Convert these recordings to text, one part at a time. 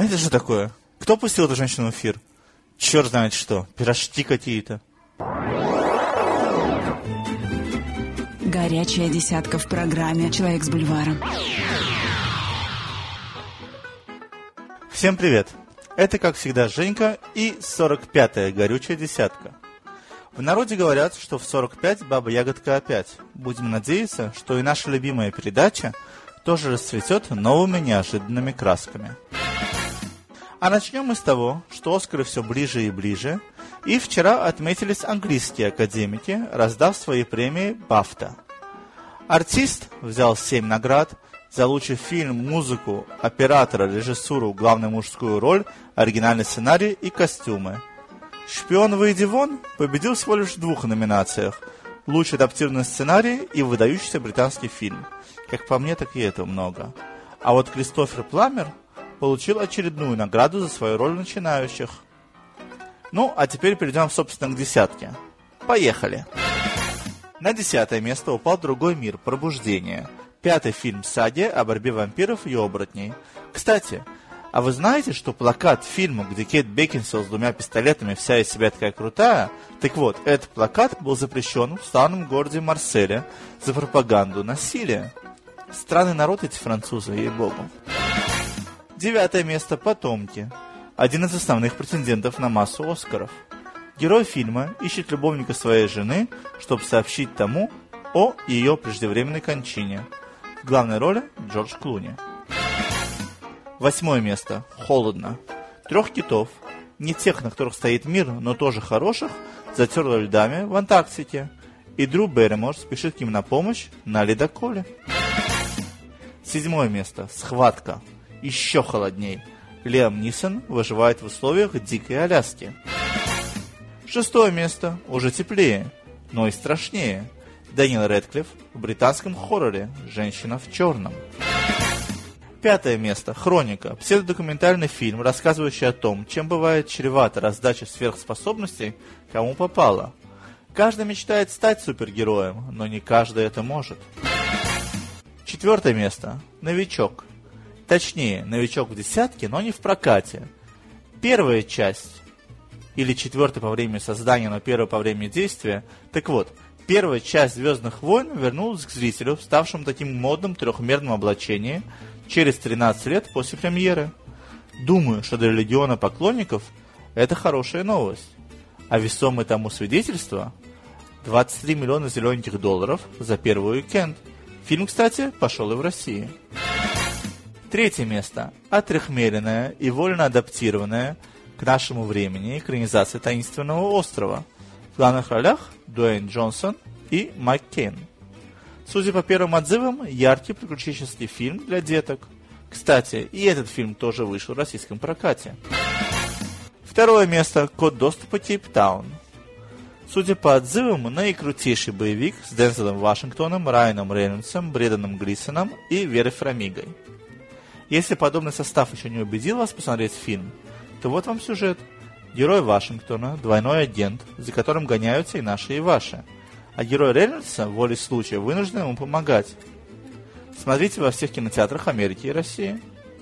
это что такое? Кто пустил эту женщину в эфир? Черт знает что, пирожки какие-то. Горячая десятка в программе «Человек с бульвара». Всем привет! Это, как всегда, Женька и 45-я горючая десятка. В народе говорят, что в 45 баба ягодка опять. Будем надеяться, что и наша любимая передача тоже расцветет новыми неожиданными красками. А начнем мы с того, что Оскары все ближе и ближе, и вчера отметились английские академики, раздав свои премии BAFTA. Артист взял 7 наград за лучший фильм, музыку, оператора, режиссуру, главную мужскую роль, оригинальный сценарий и костюмы. «Шпион, выйди вон» победил всего лишь в 2 номинациях – лучший адаптированный сценарий и выдающийся британский фильм. Как по мне, так и этого много. А вот Кристофер Пламмер получил очередную награду за свою роль начинающих. Ну, а теперь перейдем, собственно, к десятке. Поехали! На 10-е место упал «Другой мир. Пробуждение». 5-й фильм саги о борьбе вампиров и оборотней. Кстати, а вы знаете, что плакат фильма, где Кейт Бекинсейл с 2 пистолетами вся из себя такая крутая? Так вот, этот плакат был запрещен в славном городе Марселе за пропаганду насилия. Странный народ эти французы, ей-богу. 9-е место «Потомки». Один из основных претендентов на массу Оскаров. Герой фильма ищет любовника своей жены, чтобы сообщить тому о ее преждевременной кончине. В главной роли Джордж Клуни. 8-е место «Холодно». 3 китов, не тех, на которых стоит мир, но тоже хороших, затерло льдами в Антарктике. И Дрю Берримор спешит к ним на помощь на ледоколе. 7-е место «Схватка». Еще холодней. Лиам Нисон выживает в условиях дикой Аляски. 6-е место уже теплее, но и страшнее. Дэниел Рэдклифф в британском хорроре «Женщина в черном». 5-е место «Хроника». Псевдодокументальный фильм, рассказывающий о том, чем бывает чревата раздача сверхспособностей, кому попало. Каждый мечтает стать супергероем, но не каждый это может. 4-е место «Новичок». Точнее, «Новичок» в десятке, но не в прокате. Первая часть, или 4-й по времени создания, но 1-й по времени действия. Так вот, первая часть «Звездных войн» вернулась к зрителю в ставшем таким модным трехмерном облачении через 13 лет после премьеры. Думаю, что для легиона поклонников это хорошая новость. А весомое тому свидетельство – 23 миллиона зелененьких долларов за первый уикенд. Фильм, кстати, пошел и в России. 3-е место – отряхмеленная и вольно адаптированная к нашему времени экранизация «Таинственного острова». В главных ролях Дуэйн Джонсон и Майк Кейн. Судя по первым отзывам, яркий приключенческий фильм для деток. Кстати, и этот фильм тоже вышел в российском прокате. 2-е место – «Код доступа Кейптаун». Судя по отзывам, наикрутейший боевик с Дензелом Вашингтоном, Райаном Рейнольдсом, Брэндоном Глисоном и Верой Фармигой. Если подобный состав еще не убедил вас посмотреть фильм, то вот вам сюжет. Герой Вашингтона – двойной агент, за которым гоняются и наши, и ваши. А герой Рейнольдса, волей случая, вынужден ему помогать. Смотрите во всех кинотеатрах Америки и России.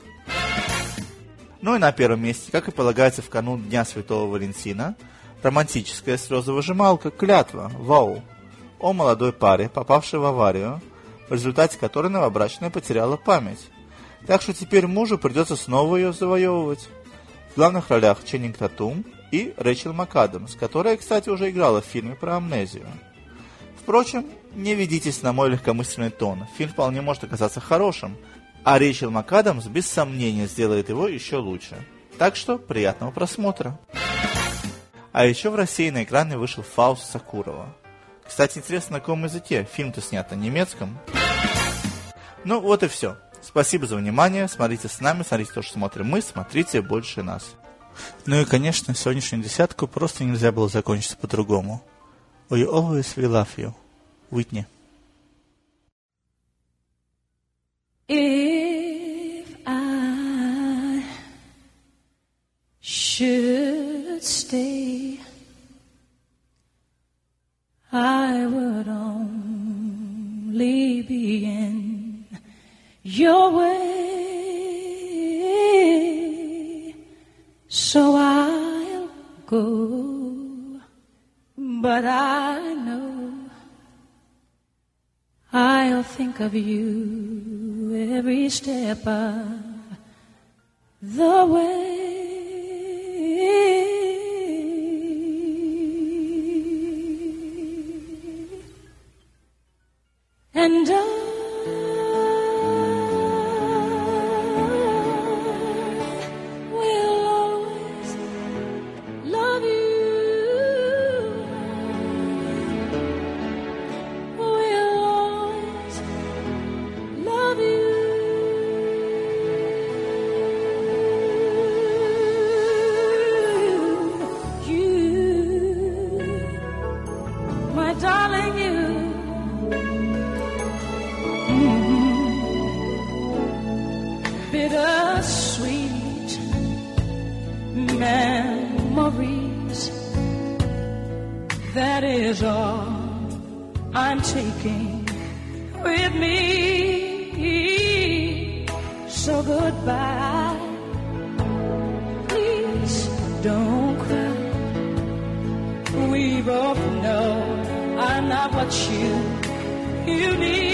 Ну и на 1-м месте, как и полагается в канун Дня Святого Валентина, романтическая слезовыжималка «Клятва» «Вау» о молодой паре, попавшей в аварию, в результате которой новобрачная потеряла память. Так что теперь мужу придется снова ее завоевывать. В главных ролях Ченнинг Татум и Рэйчел МакАдамс, которая, кстати, уже играла в фильме про амнезию. Впрочем, не ведитесь на мой легкомысленный тон. Фильм вполне может оказаться хорошим, а Рэйчел МакАдамс без сомнения сделает его еще лучше. Так что приятного просмотра. А еще в России на экране вышел «Фауст» Сакурова. Кстати, интересно, на каком языке? Фильм-то снят на немецком. Ну вот и все. Спасибо за внимание. Смотрите с нами, смотрите то, что смотрим мы, смотрите больше нас. Ну и, конечно, сегодняшнюю десятку просто нельзя было закончить по-другому. We always will love you. Уитни. If I should stay, I would only be in your way. I'll think of you every step of the way. And I will always love you. Will always love you. You, my darling, you. Bittersweet memories, that is all I'm taking with me. So goodbye, please don't cry. We both know I'm not what you need.